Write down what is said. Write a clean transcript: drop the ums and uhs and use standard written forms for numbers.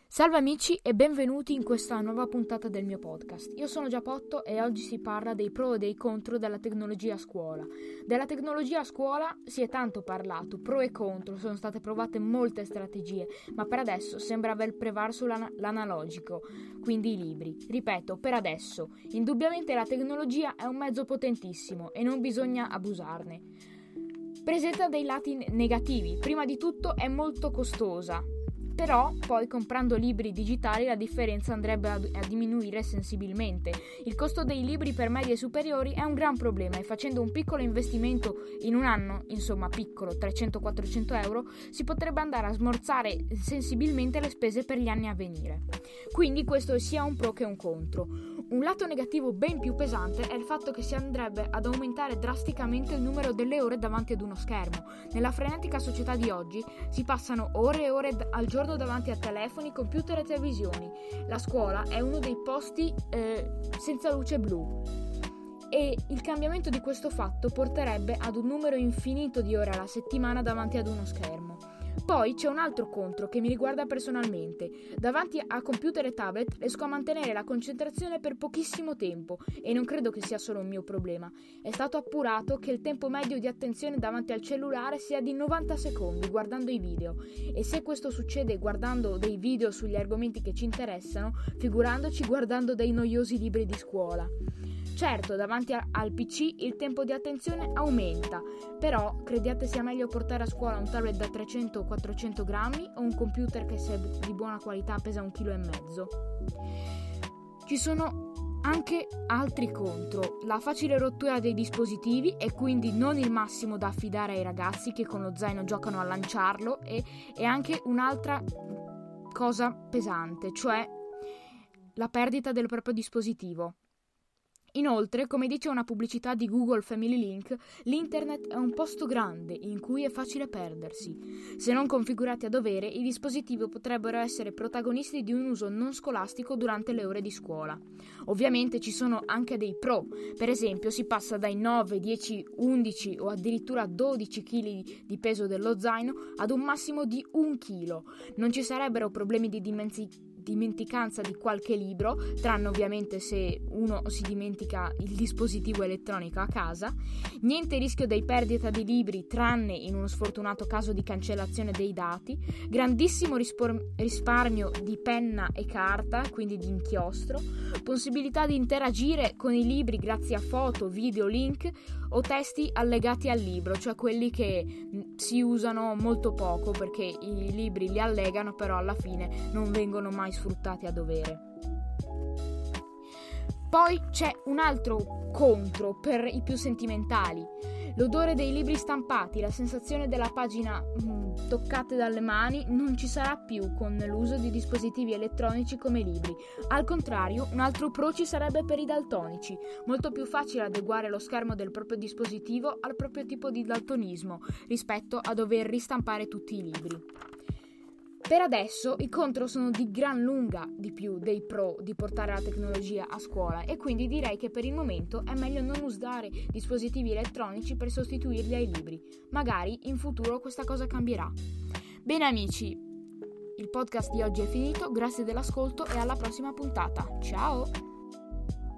Salve amici e benvenuti in questa nuova puntata del mio podcast. Io sono Giappotto e oggi si parla dei pro e dei contro della tecnologia a scuola. Della tecnologia a scuola si è tanto parlato, pro e contro, sono state provate molte strategie, ma per adesso sembra aver prevalso l'analogico, quindi i libri. Ripeto, per adesso. Indubbiamente la tecnologia è un mezzo potentissimo e non bisogna abusarne. Presenta dei lati negativi. Prima di tutto è molto costosa. Però poi comprando libri digitali la differenza andrebbe a diminuire sensibilmente. Il costo dei libri per medie superiori è un gran problema e facendo un piccolo investimento in un anno, insomma piccolo, 300-400 euro, si potrebbe andare a smorzare sensibilmente le spese per gli anni a venire. Quindi questo è sia un pro che un contro. Un lato negativo ben più pesante è il fatto che si andrebbe ad aumentare drasticamente il numero delle ore davanti ad uno schermo. Nella frenetica società di oggi si passano ore e ore al giorno davanti a telefoni, computer e televisioni. La scuola è uno dei posti senza luce blu e il cambiamento di questo fatto porterebbe ad un numero infinito di ore alla settimana davanti ad uno schermo. Poi c'è un altro contro che mi riguarda personalmente. Davanti a computer e tablet riesco a mantenere la concentrazione per pochissimo tempo e non credo che sia solo un mio problema. È stato appurato che il tempo medio di attenzione davanti al cellulare sia di 90 secondi guardando i video e se questo succede guardando dei video sugli argomenti che ci interessano, figurandoci guardando dei noiosi libri di scuola. Certo, davanti al PC il tempo di attenzione aumenta, però crediate sia meglio portare a scuola un tablet da 300-400 grammi o un computer che se di buona qualità pesa 1,5 kg? Ci sono anche altri contro, la facile rottura dei dispositivi e quindi non il massimo da affidare ai ragazzi che con lo zaino giocano a lanciarlo e anche un'altra cosa pesante, cioè la perdita del proprio dispositivo. Inoltre, come dice una pubblicità di Google Family Link, l'internet è un posto grande in cui è facile perdersi. Se non configurati a dovere, i dispositivi potrebbero essere protagonisti di un uso non scolastico durante le ore di scuola. Ovviamente ci sono anche dei pro, per esempio si passa dai 9, 10, 11 o addirittura 12 kg di peso dello zaino ad un massimo di 1 kg. Non ci sarebbero problemi di dimenticanza di qualche libro, tranne ovviamente se uno si dimentica il dispositivo elettronico a casa, niente rischio di perdita di libri tranne in uno sfortunato caso di cancellazione dei dati, grandissimo risparmio di penna e carta, quindi di inchiostro, possibilità di interagire con i libri grazie a foto, video, link o testi allegati al libro, cioè quelli che si usano molto poco perché i libri li allegano però alla fine non vengono mai sfruttati a dovere. Poi c'è un altro contro per i più sentimentali. L'odore dei libri stampati, la sensazione della pagina toccate dalle mani non ci sarà più con l'uso di dispositivi elettronici come libri. Al contrario, un altro pro ci sarebbe per i daltonici. Molto più facile adeguare lo schermo del proprio dispositivo al proprio tipo di daltonismo rispetto a dover ristampare tutti i libri. Per adesso i contro sono di gran lunga di più dei pro di portare la tecnologia a scuola e quindi direi che per il momento è meglio non usare dispositivi elettronici per sostituirli ai libri. Magari in futuro questa cosa cambierà. Bene amici, il podcast di oggi è finito, grazie dell'ascolto e alla prossima puntata. Ciao!